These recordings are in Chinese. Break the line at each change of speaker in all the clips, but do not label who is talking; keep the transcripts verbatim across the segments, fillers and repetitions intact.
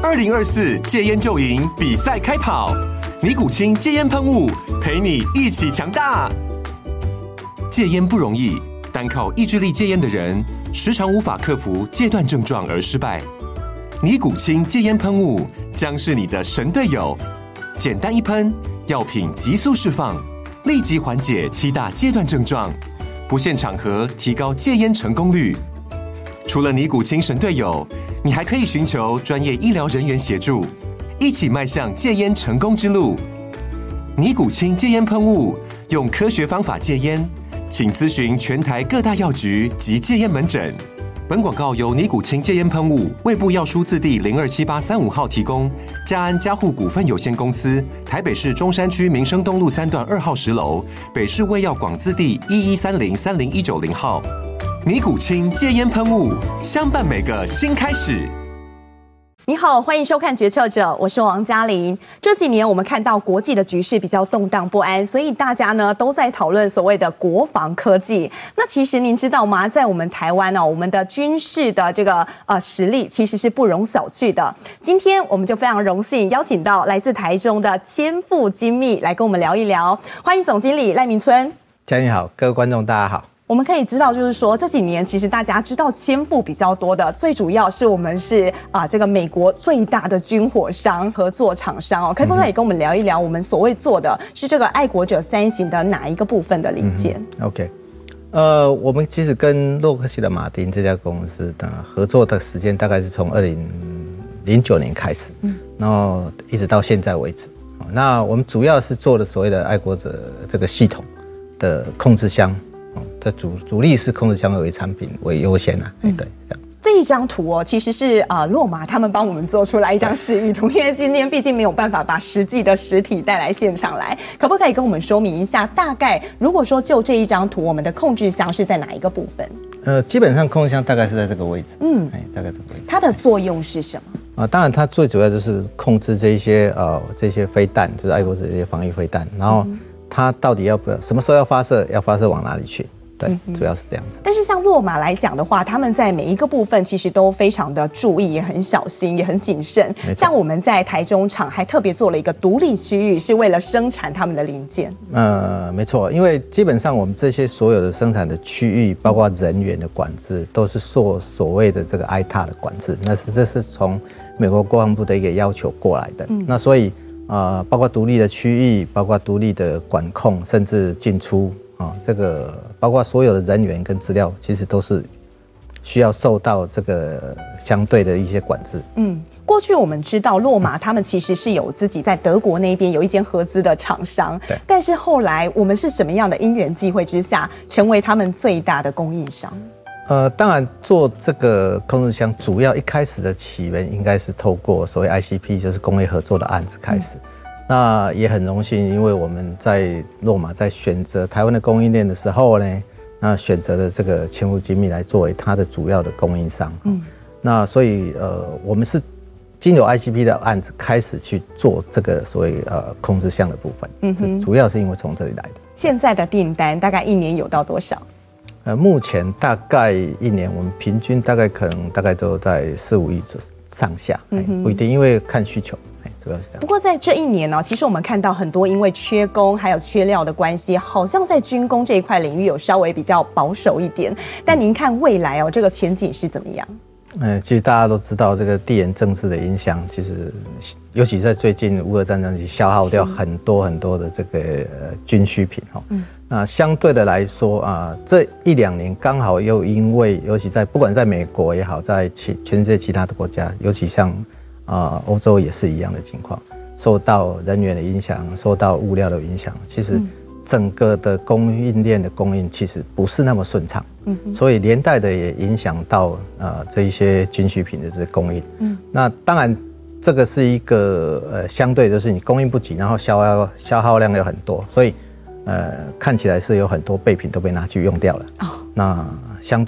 二零二四戒烟就赢比赛开跑，尼古清戒烟喷雾陪你一起强大。戒烟不容易，单靠意志力戒烟的人，时常无法克服戒断症状而失败。尼古清戒烟喷雾将是你的神队友，简单一喷，药品急速释放，立即缓解七大戒断症状，不限场合提高戒烟成功率。除了尼古清神队友，你还可以寻求专业医疗人员协助，一起迈向戒烟成功之路。尼古清戒烟喷雾，用科学方法戒烟，请咨询全台各大药局及戒烟门诊。本广告由尼古清戒烟喷雾、卫部药书字第零二七八三五号提供，嘉安嘉护股份有限公司，台北市中山区民生东路三段二号十楼，北市卫药广字第一一三零三零一九零号。尼古清戒烟喷雾，相伴每个新开始。
你好，欢迎收看《决策者》，我是王嘉玲。这几年我们看到国际的局势比较动荡不安，所以大家呢都在讨论所谓的国防科技。那其实您知道吗？在我们台湾呢、哦，我们的军事的这个呃实力其实是不容小觑的。今天我们就非常荣幸邀请到来自台中的千富精密来跟我们聊一聊。欢迎总经理赖明村。
嘉玲好，各位观众大家好。
我们可以知道，就是说这几年其实大家知道千富比较多的，最主要是我们是啊这个美国最大的军火商合作厂商哦，可不可以跟我们聊一聊，我们所谓做的是这个爱国者三型的哪一个部分的零件、
嗯、？OK， 呃，我们其实跟洛克希德马丁这家公司的合作的时间大概是从二零零九年开始，嗯，然后一直到现在为止。那我们主要是做的所谓的爱国者这个系统的控制箱。的 主, 主力是控制箱为产品为优先啊，嗯、对，这样。
这一张图哦，其实是啊洛马他们帮我们做出来一张示意图，因为今天毕竟没有办法把实际的实体带来现场来，可不可以跟我们说明一下，大概如果说就这一张图，我们的控制箱是在哪一个部分？
呃，基本上控制箱大概是在这个位置，嗯，哎，大概这个位置。
它的作用是什么？
啊，当然它最主要就是控制这一些呃这些飞弹，就是爱国者这些防御飞弹，然后它到底要不要什么时候要发射，要发射往哪里去？对，主要是这样子。
但是像洛马来讲的话，他们在每一个部分其实都非常的注意，也很小心，也很谨慎。像我们在台中厂还特别做了一个独立区域，是为了生产他们的零件。
呃，没错，因为基本上我们这些所有的生产的区域，包括人员的管制，都是受所谓的这个 I T A 的管制。那是这是从美国国防部的一个要求过来的。嗯、那所以呃，包括独立的区域，包括独立的管控，甚至进出。哦，这个包括所有的人员跟资料，其实都是需要受到这个相对的一些管制。
嗯，过去我们知道洛马他们其实是有自己在德国那边有一间合资的厂商，
对。
但是后来我们是什么样的因缘际会之下，成为他们最大的供应商？
呃，当然做这个控制箱，主要一开始的起源应该是透过所谓 I C P， 就是工业合作的案子开始。嗯，那也很荣幸，因为我们在洛马在选择台湾的供应链的时候呢，那选择了这个千富精密来作为它的主要的供应商。嗯，那所以呃，我们是经由 I C P 的案子开始去做这个所谓呃控制箱的部分。嗯，是主要是因为从这里来的。
现在的订单大概一年有到多少？
呃，目前大概一年我们平均大概可能大概都在四五亿上下，嗯、不一定，因为看需求。主要是这样。
不过在这一年呢、哦，其实我们看到很多因为缺工还有缺料的关系，好像在军工这一块领域有稍微比较保守一点。但您看未来哦，这个前景是怎么样？
嗯，其实大家都知道这个地缘政治的影响，其实尤其在最近乌俄战争，消耗掉很多很多的这个呃军需品哈。嗯。那相对的来说啊，这一两年刚好又因为，尤其在不管在美国也好，在其全世界其他的国家，尤其像啊欧洲也是一样的情况，受到人员的影响，受到物料的影响，其实整个的供应链的供应其实不是那么顺畅。嗯，所以连带的也影响到呃这一些军需品的这个供应。嗯，那当然这个是一个呃相对就是你供应不及，然后消耗消耗量又很多，所以呃看起来是有很多备品都被拿去用掉了。哦，那相对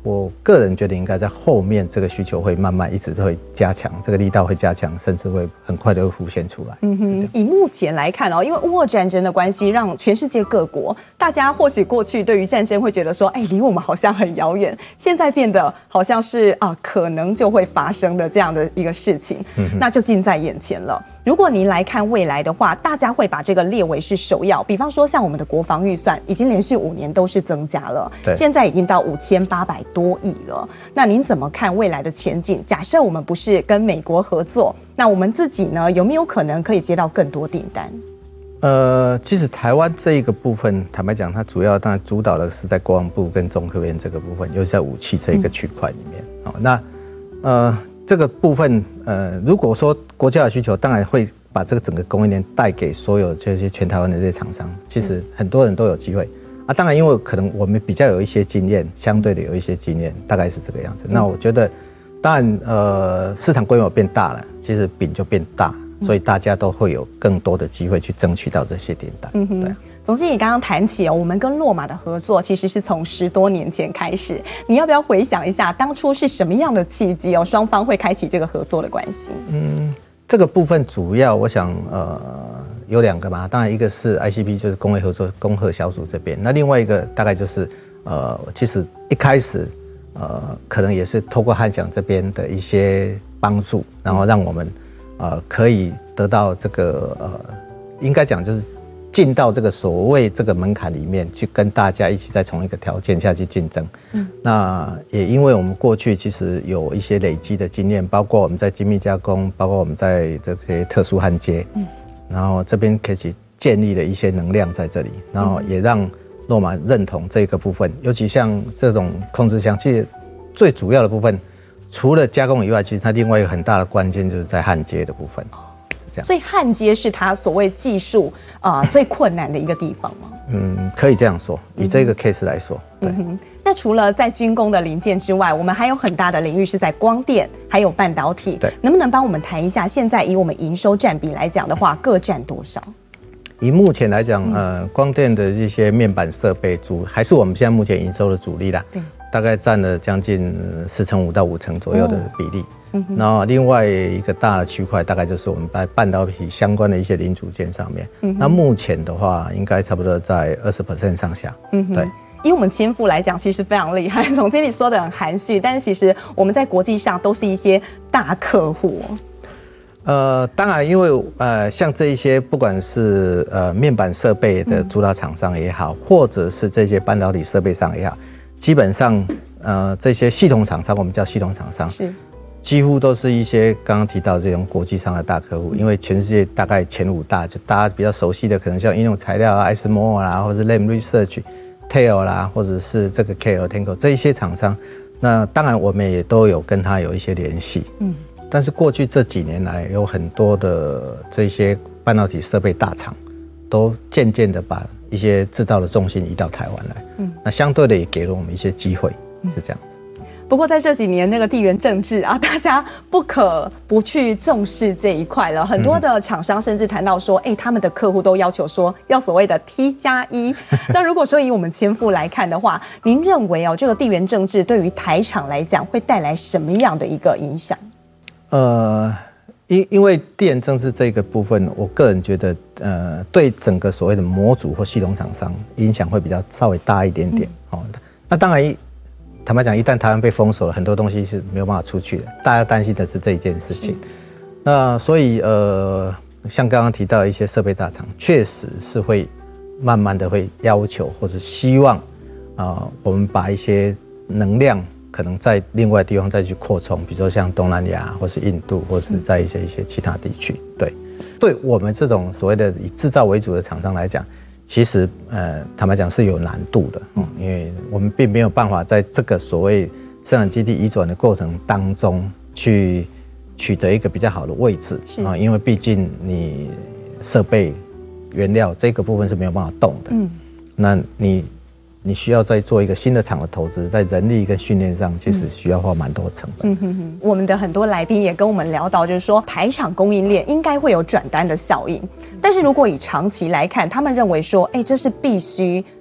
我个人觉得应该在后面这个需求会慢慢一直会加强，这个力道会加强，甚至会很快的会浮现出来。嗯
哼，以目前来看哦，因为乌俄战争的关系，让全世界各国大家或许过去对于战争会觉得说，哎，离我们好像很遥远，现在变得好像是啊，可能就会发生的这样的一个事情，嗯、那就近在眼前了。如果您来看未来的话，大家会把这个列为是首要。比方说，像我们的国防预算已经连续五年都是增加了，现在已经到五千八百多亿了。那您怎么看未来的前景？假设我们不是跟美国合作，那我们自己呢，有没有可能可以接到更多订单？
呃，其实台湾这一个部分，坦白讲，它主要当然主导的是在国防部跟中科院这个部分，尤其在武器这一个区块里面。好、嗯，那呃。这个部分，呃，如果说国家的需求，当然会把这个整个供应链带给所有这些全台湾的这些厂商。其实很多人都有机会啊。当然，因为可能我们比较有一些经验，相对的有一些经验，大概是这个样子。那我觉得，当然，呃，市场规模变大了，其实饼就变大，所以大家都会有更多的机会去争取到这些订单。嗯、对。
总经理刚刚谈起哦，我们跟洛马的合作其实是从十多年前开始。你要不要回想一下，当初是什么样的契机哦，双方会开启这个合作的关系？
嗯，这个部分主要我想呃有两个嘛，当然一个是 I C P， 就是工业合作恭贺小组这边，那另外一个大概就是呃，其实一开始呃可能也是透过汉翔这边的一些帮助，然后让我们呃可以得到这个呃，应该讲就是。进到这个所谓这个门槛里面去，跟大家一起在同一个条件下去竞争。嗯，那也因为我们过去其实有一些累积的经验，包括我们在精密加工，包括我们在这些特殊焊接，嗯，然后这边可以建立了一些能量在这里，然后也让洛马认同这个部分。尤其像这种控制箱，其实最主要的部分，除了加工以外，其实它另外一个很大的关键就是在焊接的部分。
所以焊接是它所谓技术啊、呃、最困难的一个地方吗？
嗯，可以这样说。以这个 case 来说，对。
嗯、那除了在军工的零件之外，我们还有很大的领域是在光电，还有半导体。
对，
能不能帮我们谈一下，现在以我们营收占比来讲的话，各占多少？
以目前来讲，呃，光电的这些面板设备主还是我们现在目前营收的主力啦。对，大概占了将近四成五到五成左右的比例。哦，然后另外一个大的区块，大概就是我们在半导体相关的一些零组件上面。嗯、那目前的话，应该差不多在二十 percent 上下。嗯，对。
以我们千富来讲，其实非常厉害。总经理说的很含蓄，但是其实我们在国际上都是一些大客户。
呃，当然，因为呃，像这一些不管是呃面板设备的主导厂商也好，嗯、或者是这些半导体设备上也好，基本上呃这些系统厂商，我们叫系统厂商是。几乎都是一些刚刚提到这种国际上的大客户，因为全世界大概前五大，就大家比较熟悉的，可能像应用材料啊、I S M O 啦，或者是 Lam Research、T E L 啦，或者是这个 K L、Tenko 这一些厂商，那当然我们也都有跟他有一些联系。嗯，但是过去这几年来，有很多的这些半导体设备大厂，都渐渐的把一些制造的重心移到台湾来。嗯，那相对的也给了我们一些机会，是这样子。
不过在这几年那个地缘政治啊，大家不可不去重视这一块了。很多的厂商甚至谈到说，哎、欸，他们的客户都要求说要所谓的 T 加一。那如果说以我们千富来看的话，您认为哦，这个地缘政治对于台厂来讲会带来什么样的一个影响？呃，
因因为地缘政治这个部分，我个人觉得，呃，对整个所谓的模组或系统厂商影响会比较稍微大一点点。嗯、哦，那当然。坦白讲，一旦台湾被封锁了，很多东西是没有办法出去的。大家担心的是这一件事情。那所以呃，像刚刚提到一些设备大厂，确实是会慢慢的会要求或者希望啊、呃，我们把一些能量可能在另外地方再去扩充，比如说像东南亚或是印度，或是在一些一些其他地区。对，对我们这种所谓的以制造为主的厂商来讲。其实，呃，坦白讲是有难度的，嗯，因为我们并没有办法在这个所谓生产基地移转的过程当中去取得一个比较好的位置啊，因为毕竟你设备、原料这个部分是没有办法动的，嗯，那你你需要再做一个新的厂的投资，在人力跟训练上，其实需要花蛮多成本。嗯哼
哼，我们的很多来宾也跟我们聊到，就是说台厂供应链应该会有转单的效应，但是如果以长期来看，他们认为说，哎、欸，这是必须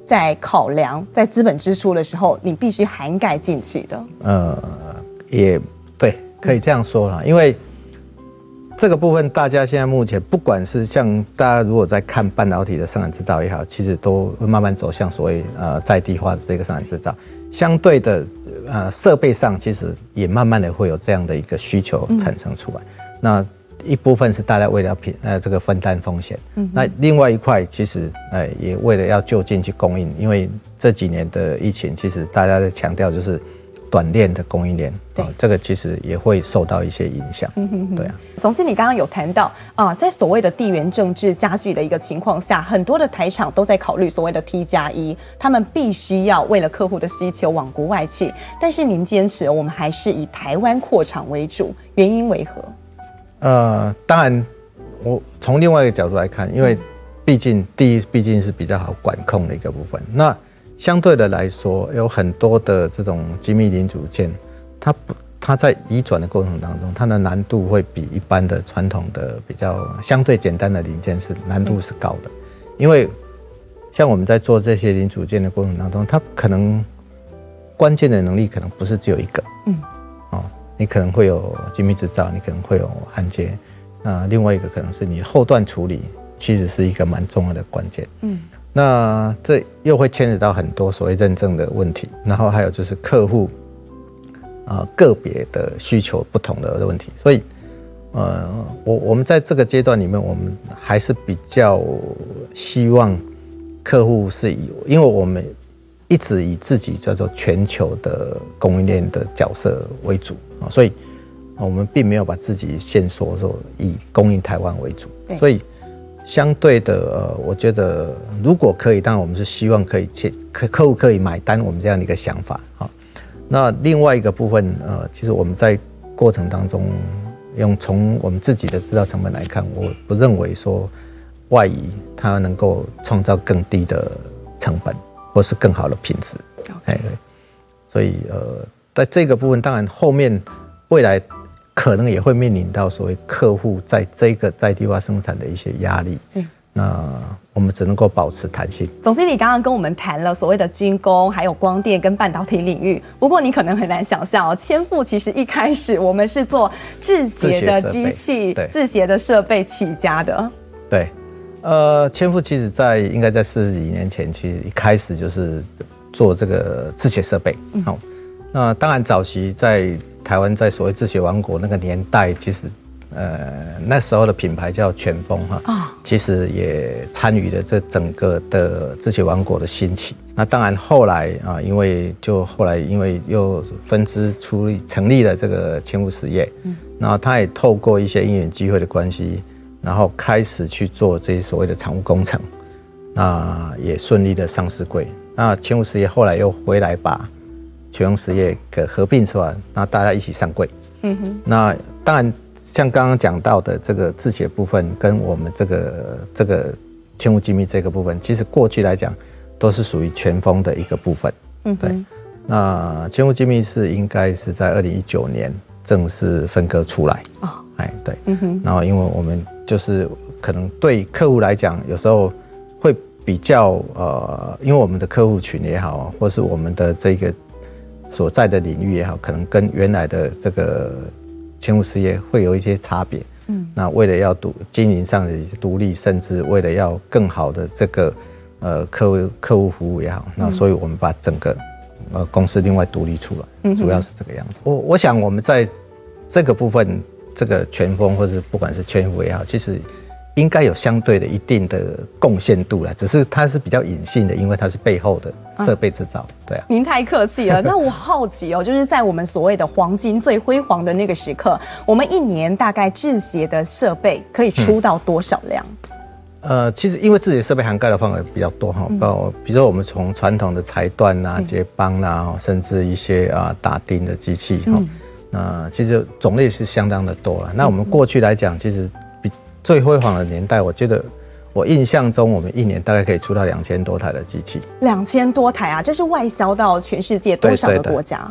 在考量在资本支出的时候，你必须涵盖进去的。
呃，也对，可以这样说啦，因为这个部分大家现在目前不管是像大家如果在看半导体的生产制造也好，其实都会慢慢走向所谓呃在地化的这个生产制造。相对的，呃，设备上其实也慢慢的会有这样的一个需求产生出来。嗯、那一部分是大家为了平呃这个分担风险，嗯、那另外一块其实呃也为了要就近去供应，因为这几年的疫情，其实大家在强调就是短链的供应链，对、哦，这个其实也会受到一些影响。嗯哼哼对啊，
总经理刚刚有谈到啊、呃，在所谓的地缘政治加剧的一个情况下，很多的台厂都在考虑所谓的 T 加一，他们必须要为了客户的需求往国外去，但是您坚持我们还是以台湾扩厂为主，原因为何？
呃，当然，我从另外一个角度来看，因为毕竟第一毕竟是比较好管控的一个部分，那相对的来说，有很多的这种精密零组件，它不它在移转的过程当中，它的难度会比一般的传统的比较相对简单的零件是难度是高的，因为像我们在做这些零组件的过程当中，它可能关键的能力可能不是只有一个，嗯，哦。你可能会有精密制造，你可能会有焊接，那另外一个可能是你后段处理，其实是一个蛮重要的关键。嗯，那这又会牵扯到很多所谓认证的问题，然后还有就是客户啊、呃、个别的需求不同的问题，所以呃，我我们在这个阶段里面，我们还是比较希望客户是以，因为我们一直以自己叫做全球的供应链的角色为主。所以，我们并没有把自己限缩说以供应台湾为主，所以相对的，呃，我觉得如果可以，当然我们是希望可以客客户可以买单我们这样的一个想法啊。那另外一个部分，呃，其实我们在过程当中，用从我们自己的制造成本来看，我不认为说外移它能够创造更低的成本或是更好的品质，哎，所以呃。在这个部分，当然后面未来可能也会面临到所谓客户在这个在地化生产的一些压力。嗯，那我们只能够保持弹性。
总经理刚刚跟我们谈了所谓的军工，还有光电跟半导体领域。不过你可能很难想象哦，千富其实一开始我们是做制鞋的机器、制鞋的设备起家的。
对，呃，千富其实在应该在四十几年前，其实一开始就是做这个制鞋设备。好、嗯。那当然，早期在台湾，在所谓制鞋王国那个年代，其实，呃，那时候的品牌叫全峰哈，啊，其实也参与了这整个的制鞋王国的兴起。那当然后来啊，因为就后来因为又分支出力成立了这个千富实业，嗯，然后他也透过一些因缘机会的关系，然后开始去做这些所谓的产物工程，那也顺利的上市柜。那千富实业后来又回来把全峰实业给合并出来，那大家一起上柜。嗯哼。那当然，像刚刚讲到的这个制鞋部分，跟我们这个这个千富精密这个部分，其实过去来讲都是属于全峰的一个部分。嗯，对。那千富精密是应该是在二零一九年正式分割出来。哦。哎，对。嗯哼。然后因为我们就是可能对客户来讲，有时候会比较呃，因为我们的客户群也好，或是我们的这个所在的领域也好，可能跟原来的这个千富实业会有一些差别。嗯，那为了要独经营上的独立，甚至为了要更好的这个呃客户客户服务也好，那所以我们把整个呃公司另外独立出来，嗯、主要是这个样子。我我想我们在这个部分，这个全峰或者不管是千富也好，其实应该有相对的一定的贡献度啦，只是它是比较隐性的，因为它是背后的设备制造。啊对啊，
您太客气了。那我好奇哦，就是在我们所谓的黄金最辉煌的那个时刻，我们一年大概制鞋的设备可以出到多少辆？
嗯、呃，其实因为制鞋设备涵盖的范围比较多哈，包、嗯、比如说我们从传统的裁断啊、结帮啊，甚至一些啊打钉的机器哈，嗯、那其实种类是相当的多了。那我们过去来讲，其实最辉煌的年代，我觉得我印象中，我们一年大概可以出到两千多台的机器。
两千多台啊，这是外销到全世界多少个国家？对对对，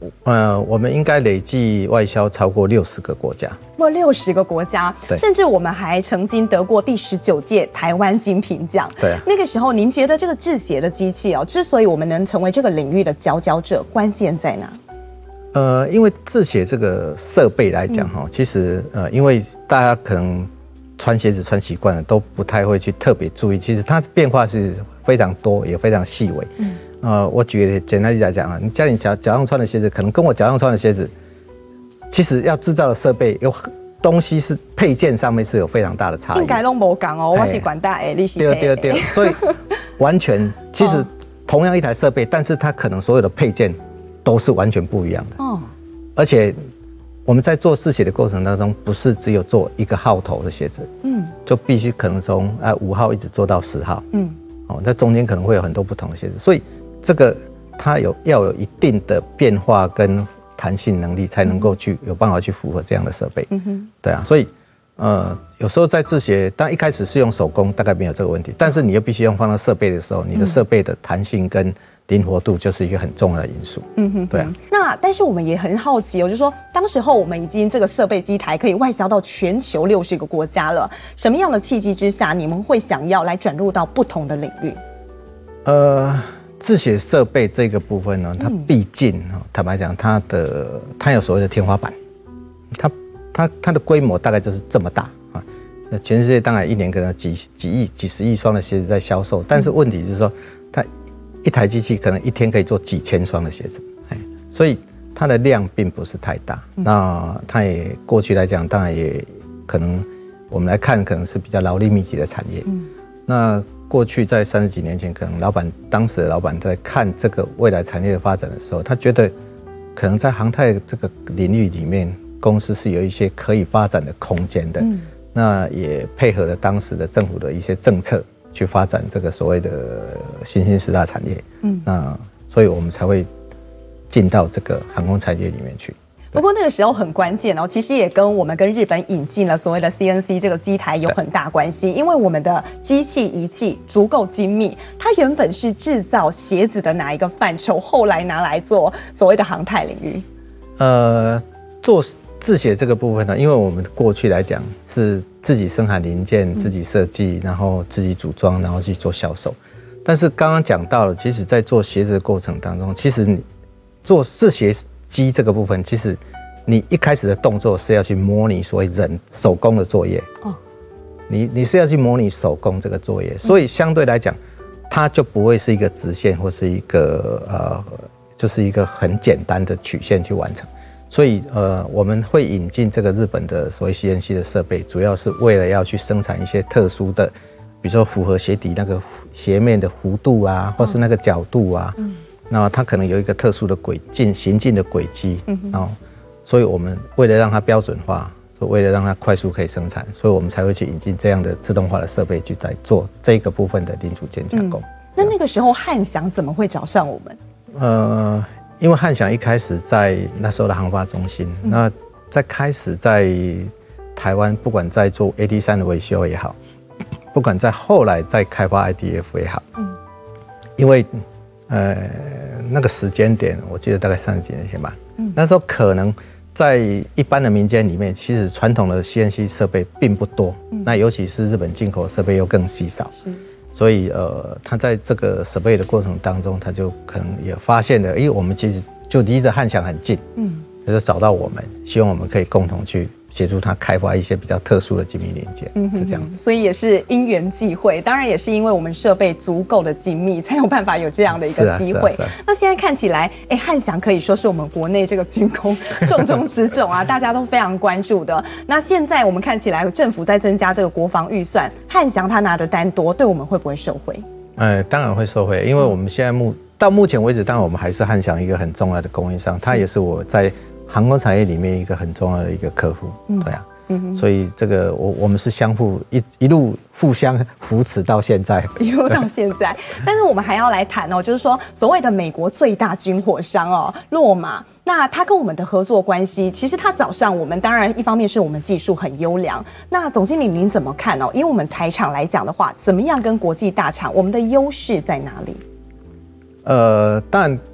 呃，我们应该累计外销超过六十个国家，
过六十个国家，
对，
甚至我们还曾经得过第十九届台湾精品奖。
对啊，
那个时候您觉得这个制鞋的机器哦，之所以我们能成为这个领域的佼佼者，关键在哪？
呃，因为制鞋这个设备来讲哈、嗯，其实呃，因为大家可能穿鞋子穿习惯了，都不太会去特别注意，其实它变化是非常多，也非常细微。嗯，呃，我举个简单例子来讲啊，你家里脚脚上穿的鞋子，可能跟我脚上穿的鞋子，其实要制造的设备有东西是配件上面是有非常大的差异。
应该都没讲哦，我是管大诶，你是
对对对，所以完全其实同样一台设备，但是它可能所有的配件都是完全不一样的。哦，而且我们在做制鞋的过程当中，不是只有做一个号头的鞋子，嗯，就必须可能从啊五号一直做到十号，嗯，哦，在中间可能会有很多不同的鞋子，所以这个它有要有一定的变化跟弹性能力，才能够去有办法去符合这样的设备，嗯哼，对啊，所以呃有时候在制鞋，当一开始是用手工，大概没有这个问题，但是你又必须用放到设备的时候，你的设备的弹性跟灵活度就是一个很重要的因素。嗯哼，对啊。
那但是我们也很好奇哦，就是说当时候我们已经这个设备机台可以外销到全球六十个国家了，什么样的契机之下，你们会想要来转入到不同的领域？呃，
制鞋设备这个部分呢，它毕竟、嗯、坦白讲，它的它有所谓的天花板，它它它的规模大概就是这么大啊。那全世界当然一年可能几几亿、几十亿双的鞋子在销售，但是问题是说它。一台机器可能一天可以做几千双的鞋子，所以它的量并不是太大。嗯、那它也过去来讲，当然也可能我们来看，可能是比较劳力密集的产业。嗯、那过去在三十几年前，可能老板当时的老板在看这个未来产业的发展的时候，他觉得可能在航太这个领域里面，公司是有一些可以发展的空间的。嗯、那也配合了当时的政府的一些政策。去发展这个所谓的新兴十大产业，嗯，那所以我们才会进到这个航空产业里面去。
不过那个时候很关键哦，其实也跟我们跟日本引进了所谓的 C N C 这个机台有很大关系，因为我们的机器仪器足够精密，它原本是制造鞋子的哪一个范畴，后来拿来做所谓的航太领域？呃，
做制鞋这个部分呢，因为我们过去来讲是自己生产零件、自己设计，然后自己组装，然后去做销售。但是刚刚讲到了，其实在做鞋子的过程当中，其实你做制鞋机这个部分，其实你一开始的动作是要去模拟所谓人手工的作业。哦，你你是要去模拟手工这个作业，所以相对来讲，它就不会是一个直线或是一个呃，就是一个很简单的曲线去完成。所以，呃，我们会引进这个日本的所谓 C N C 的设备，主要是为了要去生产一些特殊的，比如说符合鞋底那个鞋面的弧度啊，或是那个角度啊，嗯，那它可能有一个特殊的轨进行进的轨迹，嗯，然后，所以我们为了让它标准化，为了让它快速可以生产，所以我们才会去引进这样的自动化的设备去来做这个部分的零组件加工。嗯、
那那个时候汉翔怎么会找上我们？
呃。因为汉翔一开始在那时候的航发中心，嗯、那在开始在台湾，不管在做 A T 三的维修也好，不管在后来在开发 I D F 也好，嗯、因为呃那个时间点，我记得大概三十几年前吧，嗯、那时候可能在一般的民间里面，其实传统的 C N C 设备并不多，嗯、那尤其是日本进口设备又更稀少。所以，呃，他在这个设备的过程当中，他就可能也发现了，哎，我们其实就离着汉翔很近，嗯，他就找到我们，希望我们可以共同去协助他开发一些比较特殊的精密零件，嗯、是这样子。
所以也是因缘际会，当然也是因为我们设备足够的精密，才有办法有这样的一个机会。啊啊啊、那现在看起来，哎，汉翔可以说是我们国内这个军工重中之重啊，大家都非常关注的。那现在我们看起来，政府在增加这个国防预算，汉翔他拿的单多，对我们会不会受惠？
呃，当然会受惠，因为我们现在目到目前为止，当然我们还是汉翔一个很重要的供应商，它也是我在航空产业里面一个很重要的一个客户，嗯、对啊。嗯、所以这个我我们是相互一一路互相扶持到现在，
一路到现在。但是我们还要来谈哦，就是说所谓的美国最大军火商哦，洛马，那他跟我们的合作关系，其实他找上我们，当然一方面是我们技术很优良。那总经理您怎么看哦？因为我们台厂来讲的话，怎么样跟国际大厂，我们的优势在哪里？
呃，当然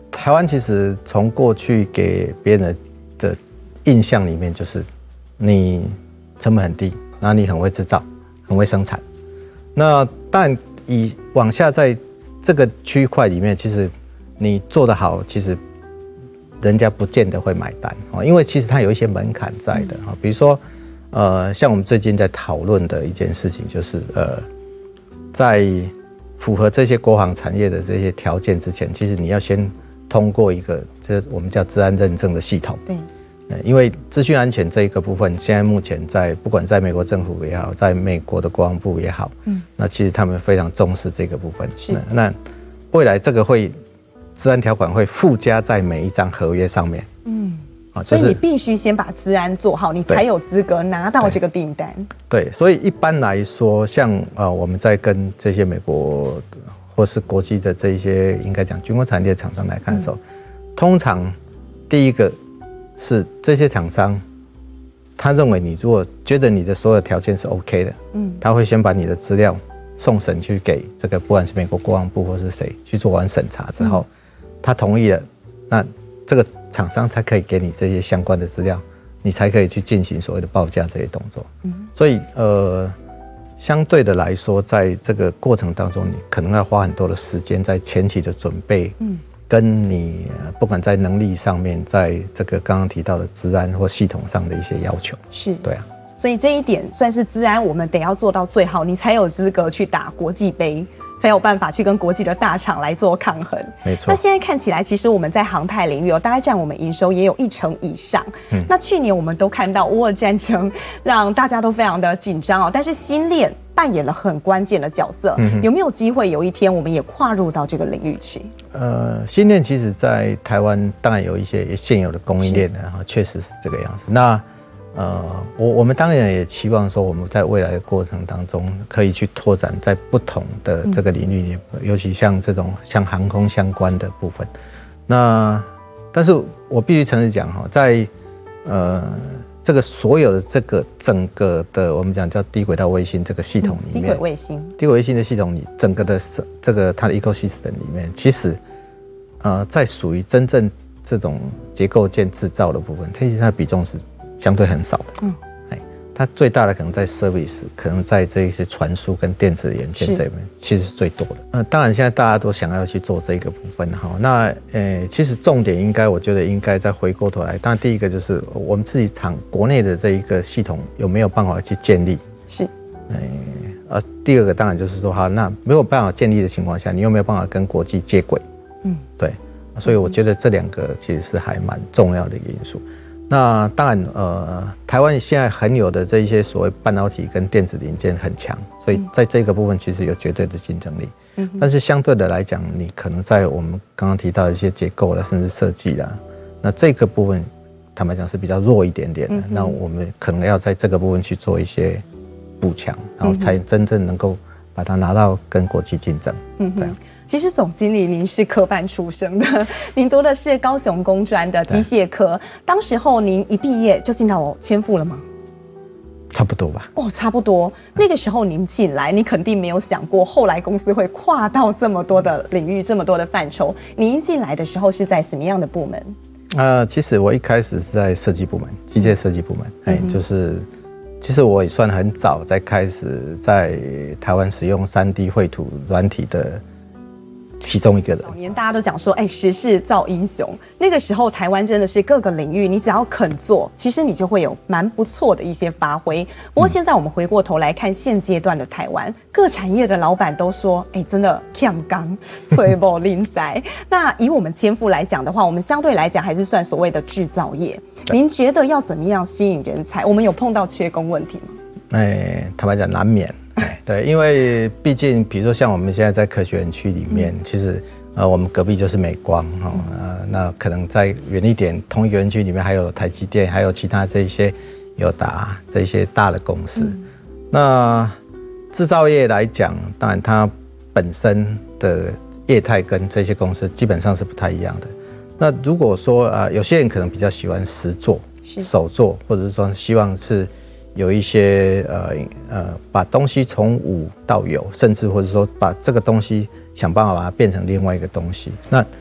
台湾其实从过去给别人的印象里面，就是你成本很低，然后你很会制造，很会生产。那但以往下在这个区块里面，其实你做得好，其实人家不见得会买单，因为其实它有一些门槛在的，比如说，呃，像我们最近在讨论的一件事情，就是呃，在符合这些国防产业的这些条件之前，其实你要先通过一个这我们叫资安认证的系统。
对，
因为资讯安全这一个部分，现在目前在不管在美国政府也好，在美国的国防部也好，嗯，那其实他们非常重视这个部分。是，那, 那未来这个会资安条款会附加在每一张合约上面。嗯，
啊，就是、所以你必须先把资安做好，你才有资格拿到这个订单。
对，对，所以一般来说，像呃我们在跟这些美国或是国际的这一些应该讲军工产业厂商来看的时候，嗯、通常第一个是这些厂商，他认为你如果觉得你的所有条件是 OK 的，嗯，他会先把你的资料送审去给这个不管是美国国防部或是谁去做完审查之后，嗯、他同意了，那这个厂商才可以给你这些相关的资料，你才可以去进行所谓的报价这些动作。嗯，所以呃。相对的来说，在这个过程当中，你可能要花很多的时间在前期的准备，嗯，跟你不管在能力上面，在这个刚刚提到的资安或系统上的一些要求，
是
对啊。
所以这一点算是资安，我们得要做到最好，你才有资格去打国际杯，才有办法去跟国际的大厂来做抗衡。
没错。
那现在看起来，其实我们在航太领域哦，大概占我们营收也有一成以上。嗯。那去年我们都看到乌俄战争让大家都非常的紧张哦，但是新链扮演了很关键的角色。嗯。有没有机会有一天我们也跨入到这个领域去？
呃，新链其实在台湾当然有一些现有的供应链的，确实是这个样子。那呃，我我们当然也期望说，我们在未来的过程当中，可以去拓展在不同的这个领域里，嗯、尤其像这种像航空相关的部分。那但是我必须诚实讲哈，在呃这个所有的这个整个的我们讲叫低轨道卫星这个系统里面，嗯、低轨
卫星，
低轨卫星的系统里，整个的这个它的 ecosystem 里面，其实呃在属于真正这种结构件制造的部分，其实它的比重是相对很少的，嗯，哎，它最大的可能在 service， 可能在这一些传输跟电子元件这边，其实是最多的。呃，当然现在大家都想要去做这个部分哈。那呃，其实重点应该，我觉得应该再回过头来。当然第一个就是我们自己厂国内的这一个系统有没有办法去建立？
是，
哎，呃，第二个当然就是说，好，那没有办法建立的情况下，你有没有办法跟国际接轨？嗯，对。所以我觉得这两个其实是还蛮重要的一个因素。那当然，呃，台湾现在很有的这一些所谓半导体跟电子零件很强，所以在这个部分其实有绝对的竞争力。嗯，但是相对的来讲，你可能在我们刚刚提到的一些结构啦，甚至设计啦，那这个部分坦白讲是比较弱一点点的。嗯、那我们可能要在这个部分去做一些补强，然后才真正能够把它拿到跟国际竞争。嗯，对。
其实总经理您是科班出身的，您读的是高雄工专的机械科，当时候您一毕业就进到千富了吗？
差不多吧。
哦，差不多。那个时候您进来，你肯定没有想过后来公司会跨到这么多的领域，这么多的范畴。你一进来的时候是在什么样的部门？
呃，其实我一开始是在设计部门，机械设计部门，哎、嗯，就是。其实我也算很早在开始在台湾使用 三 D 绘图软体的其中一个人。早
年大家都讲说，哎、欸，时势造英雄。那个时候台湾真的是各个领域，你只要肯做，其实你就会有蛮不错的一些发挥。不过现在我们回过头来看现阶段的台湾，各产业的老板都说，哎、欸，真的欠刚，吹不灵仔。那以我们千富来讲的话，我们相对来讲还是算所谓的制造业。您觉得要怎么样吸引人才？我们有碰到缺工问题吗？
哎，坦白讲难免。对，因为毕竟，比如说像我们现在在科学园区里面，嗯、其实呃，我们隔壁就是美光哈、哦呃，那可能在远一点，同一个园区里面还有台积电，还有其他这些友达这些大的公司。嗯、那制造业来讲，当然它本身的业态跟这些公司基本上是不太一样的。那如果说啊、呃，有些人可能比较喜欢实做、手做，或者是说希望是。有一些呃呃，把东西从无到有，甚至或者说把这个东西想办法把它变成另外一个东西。那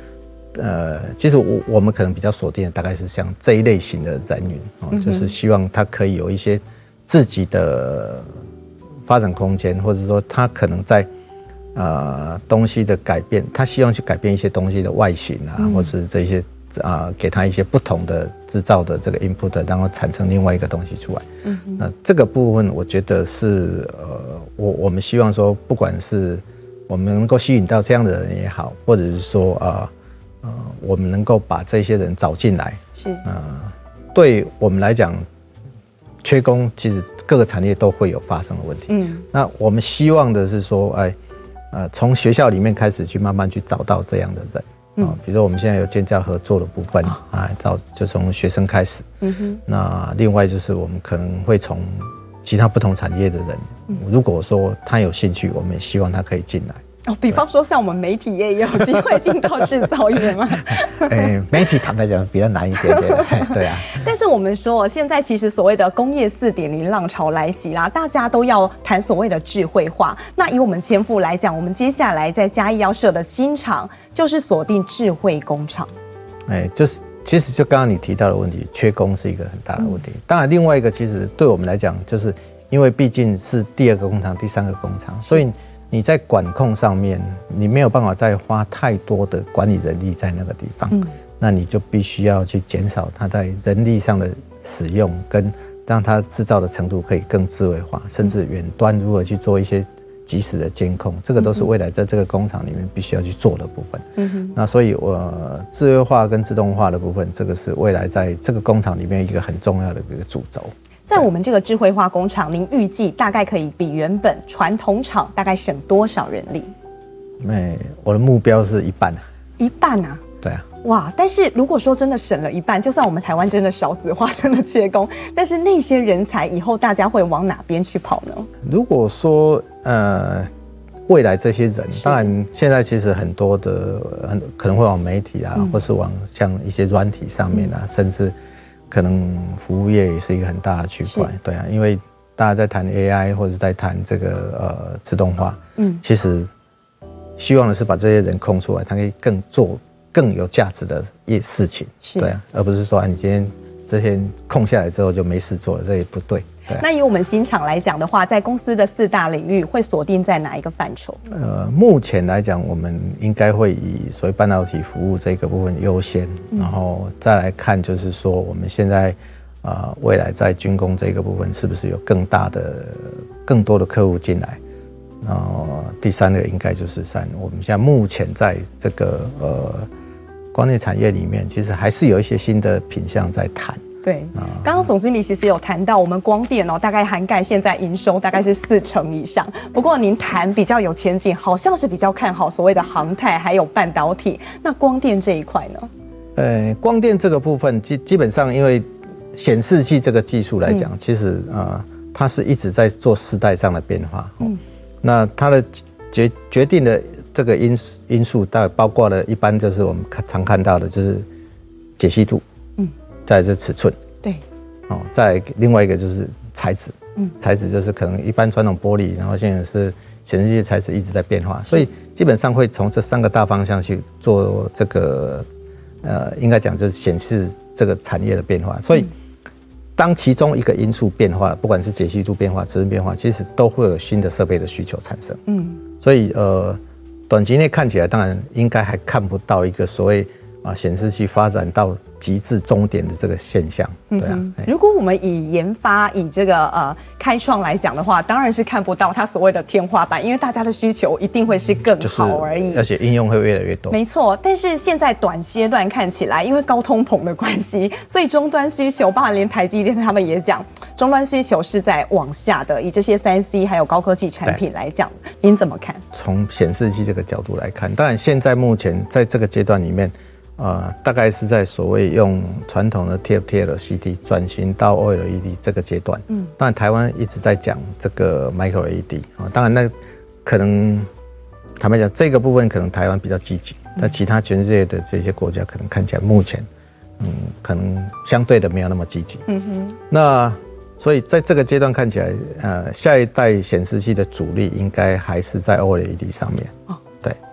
呃，其实我我们可能比较锁定的大概是像这一类型的人员哦，嗯、就是希望他可以有一些自己的发展空间，或者说他可能在呃东西的改变，他希望去改变一些东西的外形啊，嗯、或是这些啊、呃、给他一些不同的制造的这个 input， 然后产生另外一个东西出来。嗯，那这个部分我觉得是呃，我我们希望说，不管是我们能够吸引到这样的人也好，或者是说啊。呃，我们能够把这些人找进来，是呃，对我们来讲，缺工其实各个产业都会有发生的问题。嗯，那我们希望的是说，哎，呃，从学校里面开始去慢慢去找到这样的人。嗯、呃，比如说我们现在有建教合作的部分，哦、啊，找就从学生开始。嗯哼。那另外就是我们可能会从其他不同产业的人，嗯、如果说他有兴趣，我们也希望他可以进来。
哦，比方说像我们媒体业也有机会进到制造业吗？
欸、媒体坦白讲比较难一点点，对啊。
但是我们说，现在其实所谓的工业四点零浪潮来袭啦，大家都要谈所谓的智慧化。那以我们千富来讲，我们接下来在嘉义要设的新厂，就是锁定智慧工厂。
哎、欸，就是其实就刚刚你提到的问题，缺工是一个很大的问题。嗯、当然，另外一个其实对我们来讲，就是因为毕竟是第二个工厂、第三个工厂，所以你在管控上面，你没有办法再花太多的管理人力在那个地方，嗯、那你就必须要去减少它在人力上的使用，跟让它制造的程度可以更智慧化，甚至远端如何去做一些即时的监控，这个都是未来在这个工厂里面必须要去做的部分。嗯哼，那所以我智慧化跟自动化的部分，这个是未来在这个工厂里面一个很重要的一个主轴。
在我们这个智慧化工厂，您预计大概可以比原本传统厂大概省多少人力？
哎，我的目标是一半啊。
一半啊？
对啊。
哇！但是如果说真的省了一半，就算我们台湾真的少子化，真的缺工，但是那些人才以后大家会往哪边去跑呢？
如果说呃，未来这些人，当然现在其实很多的很可能会往媒体啊，嗯、或是往像一些软体上面啊，嗯、甚至。可能服务业也是一个很大的区块，对啊，因为大家在谈 A I 或者在谈这个呃自动化，嗯，其实希望的是把这些人空出来，他可以更做更有价值的一事情，对啊，而不是说啊你今天这些空下来之后就没事做了，这也不对。
那以我们新厂来讲的话，在公司的四大领域会锁定在哪一个范畴？
呃，目前来讲，我们应该会以所谓半导体服务这个部分优先，嗯、然后再来看，就是说我们现在啊、呃，未来在军工这个部分是不是有更大的、更多的客户进来？然后第三个应该就是三，我们现在目前在这个呃光电产业里面，其实还是有一些新的品项在谈。
对，刚刚总经理其实有谈到，我们光电哦，大概涵盖现在营收大概是四成以上。不过您谈比较有前景，好像是比较看好所谓的航太还有半导体。那光电这一块呢？
呃，光电这个部分基基本上，因为显示器这个技术来讲，嗯、其实呃，它是一直在做世代上的变化。嗯，那它的决决定的这个因因素，大概包括了一般就是我们常看到的就是解析度。再来就是尺寸，
对，
哦，再来另外一个就是材质，嗯，材质就是可能一般传统玻璃，然后现在是显示器材质一直在变化，所以基本上会从这三个大方向去做这个，呃，应该讲就是显示这个产业的变化。所以当其中一个因素变化了，不管是解析度变化、尺寸变化，其实都会有新的设备的需求产生。嗯，所以呃，短期内看起来当然应该还看不到一个所谓啊显示器发展到极致终点的这个现象，对啊。嗯、
如果我们以研发、以这个呃开创来讲的话，当然是看不到它所谓的天花板，因为大家的需求一定会是更好而已，
就是、而且应用会越来越多。
没错，但是现在短阶段看起来，因为高通膨的关系，所以终端需求，包含连台积电他们也讲，终端需求是在往下的。以这些三 C 还有高科技产品来讲，您怎么看？
从显示器这个角度来看，当然现在目前在这个阶段里面。呃，大概是在所谓用传统的 T F T L C D 转型到 O L E D 这个阶段。嗯，当然台湾一直在讲这个 Micro L E D 啊，当然那可能坦白讲这个部分可能台湾比较积极，但其他全世界的这些国家可能看起来目前，嗯，可能相对的没有那么积极。嗯哼，那所以在这个阶段看起来，呃，下一代显示器的主力应该还是在 O L E D 上面。哦，对。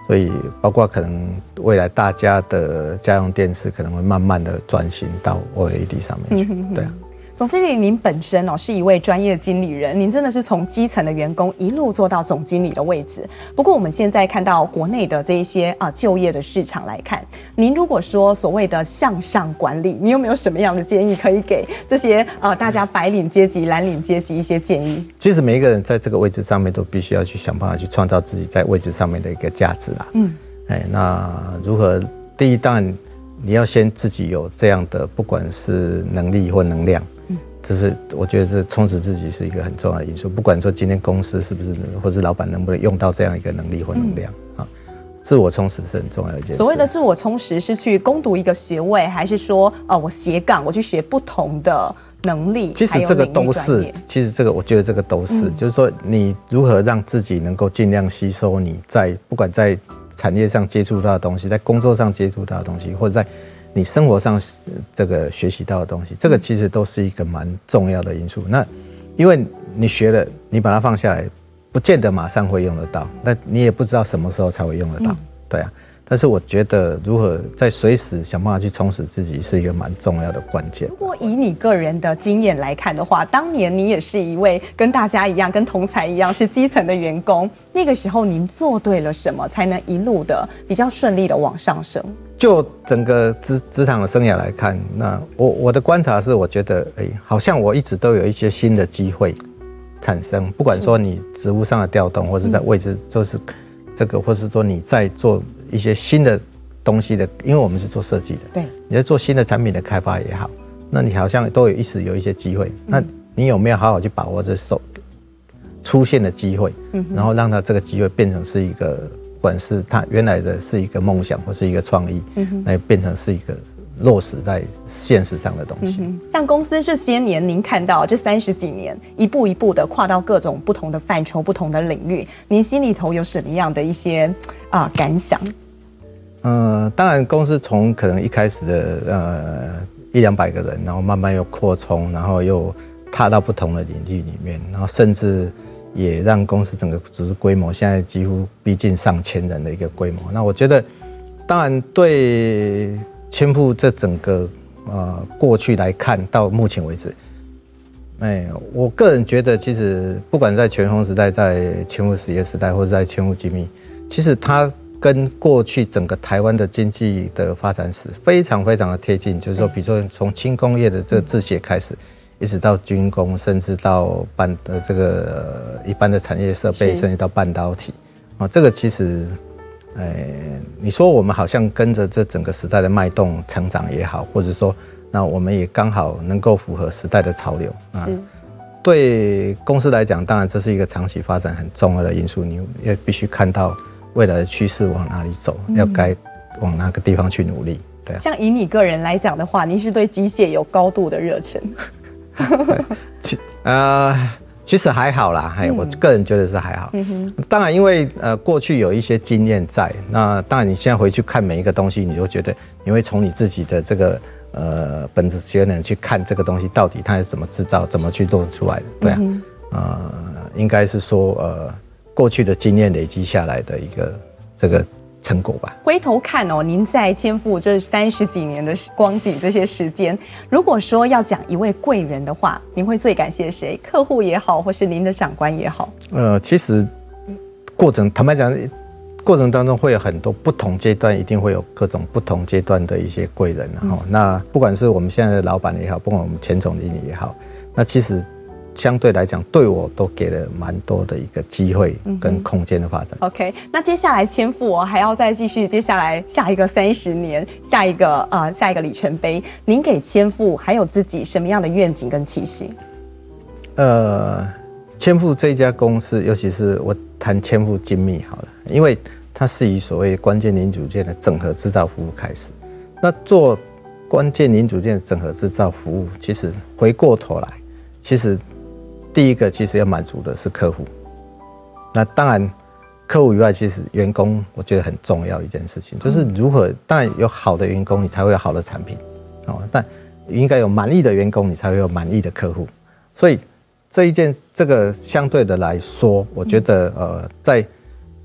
所以包括可能未来大家的家用电视可能会慢慢的转型到 O L E D 上面去，对啊。
总经理，您本身哦是一位专业经理人，您真的是从基层的员工一路做到总经理的位置。不过我们现在看到国内的这一些啊就业的市场来看，您如果说所谓的向上管理，你有没有什么样的建议可以给这些呃大家白领阶级、蓝领阶级一些建议？
其实每一个人在这个位置上面都必须要去想办法去创造自己在位置上面的一个价值啦。嗯，哎，那如何？第一，当然你要先自己有这样的不管是能力或能量。这是我觉得是充实自己是一个很重要的因素，不管说今天公司是不是，或是老板能不能用到这样一个能力或能量啊、嗯，自我充实是很重要的一件事。
所谓的自我充实是去攻读一个学位，还是说呃我斜杠我去学不同的能力？
其实这个都是，其实这个我觉得这个都是，嗯、就是说你如何让自己能够尽量吸收你在不管在产业上接触到的东西，在工作上接触到的东西，或者在你生活上这个学习到的东西，这个其实都是一个蛮重要的因素。那因为你学了，你把它放下来，不见得马上会用得到，那你也不知道什么时候才会用得到，对啊。但是我觉得如何在随时想办法去充实自己，是一个蛮重要的关键。
如果以你个人的经验来看的话，当年你也是一位跟大家一样、跟同才一样是基层的员工，那个时候您做对了什么，才能一路的比较顺利的往上升？
就整个职职场的生涯来看，那我我的观察是，我觉得，哎、欸，好像我一直都有一些新的机会产生，不管说你职务上的调动，或者在位置，就是这个，或是说你在做一些新的东西的，因为我们是做设计的，
对，
你在做新的产品的开发也好，那你好像都有一直有一些机会，嗯、那你有没有好好去把握这手出现的机会，嗯、然后让它这个机会变成是一个。不管是他原来的是一个梦想或是一个创意，嗯、来变成是一个落实在现实上的东西。
嗯、像公司这些年，您看到这三十几年，一步一步的跨到各种不同的范畴、不同的领域，您心里头有什么样的一些啊、呃、感想？
呃，当然，公司从可能一开始的呃一两百个人，然后慢慢又扩充，然后又踏到不同的领域里面，然后甚至。也让公司整个组织规模现在几乎逼近上千人的一个规模。那我觉得，当然对千富这整个呃过去来看，到目前为止，哎，我个人觉得，其实不管在全峰时代、在千富实业时代，或者在千富精密，其实它跟过去整个台湾的经济的发展史非常非常的贴近。就是说，比如说从轻工业的这个制鞋开始。一直到军工，甚至到半的这个、呃、一般的产业设备，甚至到半导体，啊，这个其实，呃，你说我们好像跟着这整个时代的脉动成长也好，或者说，那我们也刚好能够符合时代的潮流啊。对公司来讲，当然这是一个长期发展很重要的因素，你也必须看到未来的趋势往哪里走，嗯、要该往哪个地方去努力。对啊。像
以你个人来讲的话，您是对机械有高度的热忱。
其呃，其实还好啦，嗯、我个人觉得是还好。嗯、当然，因为呃过去有一些经验在，那当然你现在回去看每一个东西，你就觉得你会从你自己的这个呃本质学能去看这个东西到底它是怎么制造、怎么去做出来的，对啊，嗯、呃，应该是说呃过去的经验累积下来的一个这个。成果吧。
回头看哦，您在千富这三十几年的光景，这些时间，如果说要讲一位贵人的话，您会最感谢谁？客户也好，或是您的长官也好。
呃，其实过程坦白讲，过程当中会有很多不同阶段，一定会有各种不同阶段的一些贵人，然后、嗯、那不管是我们现在的老板也好，不管我们前总经理也好，那其实。相对来讲，对我都给了蛮多的一个机会跟空间的发展。
嗯、OK， 那接下来千富哦，还要再继续接下来下一个三十年，下一个呃下一个里程碑，您给千富还有自己什么样的愿景跟期许？
呃，千富这家公司，尤其是我谈千富精密好了，因为它是以所谓关键零组件的整合制造服务开始。那做关键零组件的整合制造服务，其实回过头来，其实。第一个其实要满足的是客户，那当然客户以外，其实员工我觉得很重要一件事情，就是如何当然有好的员工，你才会有好的产品，哦，但应该有满意的员工，你才会有满意的客户。所以这一件这个相对的来说，我觉得呃，在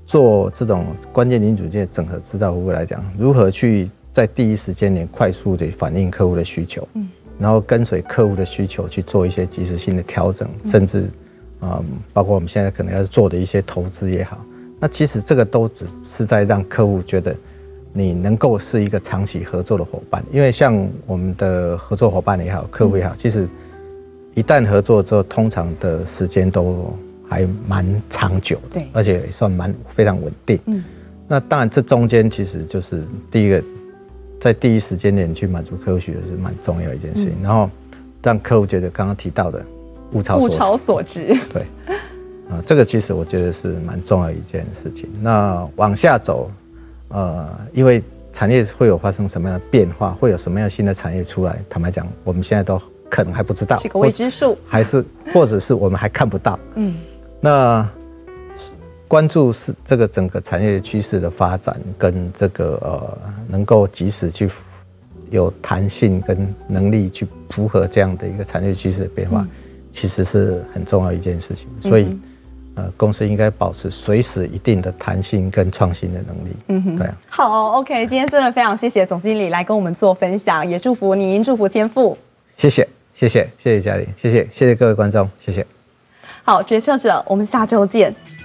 做这种关键零组件整合制造服务来讲，如何去在第一时间点快速的反映客户的需求，嗯，然后跟随客户的需求去做一些及时性的调整，嗯、甚至嗯，包括我们现在可能要做的一些投资也好，那其实这个都只是在让客户觉得你能够是一个长期合作的伙伴。因为像我们的合作伙伴也好，客户也好，嗯、其实一旦合作之后，通常的时间都还蛮长久的，而且也算蛮非常稳定。嗯，那当然这中间其实就是第一个。在第一时间点去满足客户需求是蛮重要的一件事情，嗯、然后让客户觉得刚刚提到的物超所值，物
超所值，
对，啊，这个其实我觉得是蛮重要的一件事情。那往下走，呃，因为产业会有发生什么样的变化，会有什么样新的产业出来，坦白讲，我们现在都可能还不知道，
是个未知数，
还是或者是我们还看不到。嗯，那。关注是这个整个产业趋势的发展，跟这个呃能够及时去有弹性跟能力去符合这样的一个产业趋势的变化，嗯、其实是很重要一件事情。所以，呃，公司应该保持随时一定的弹性跟创新的能力。嗯哼，对啊。
好 ，OK， 今天真的非常谢谢总经理来跟我们做分享，也祝福您，祝福千富。
谢谢，谢谢，谢谢嘉玲，谢谢，谢谢各位观众，谢谢。
好，决策者，我们下周见。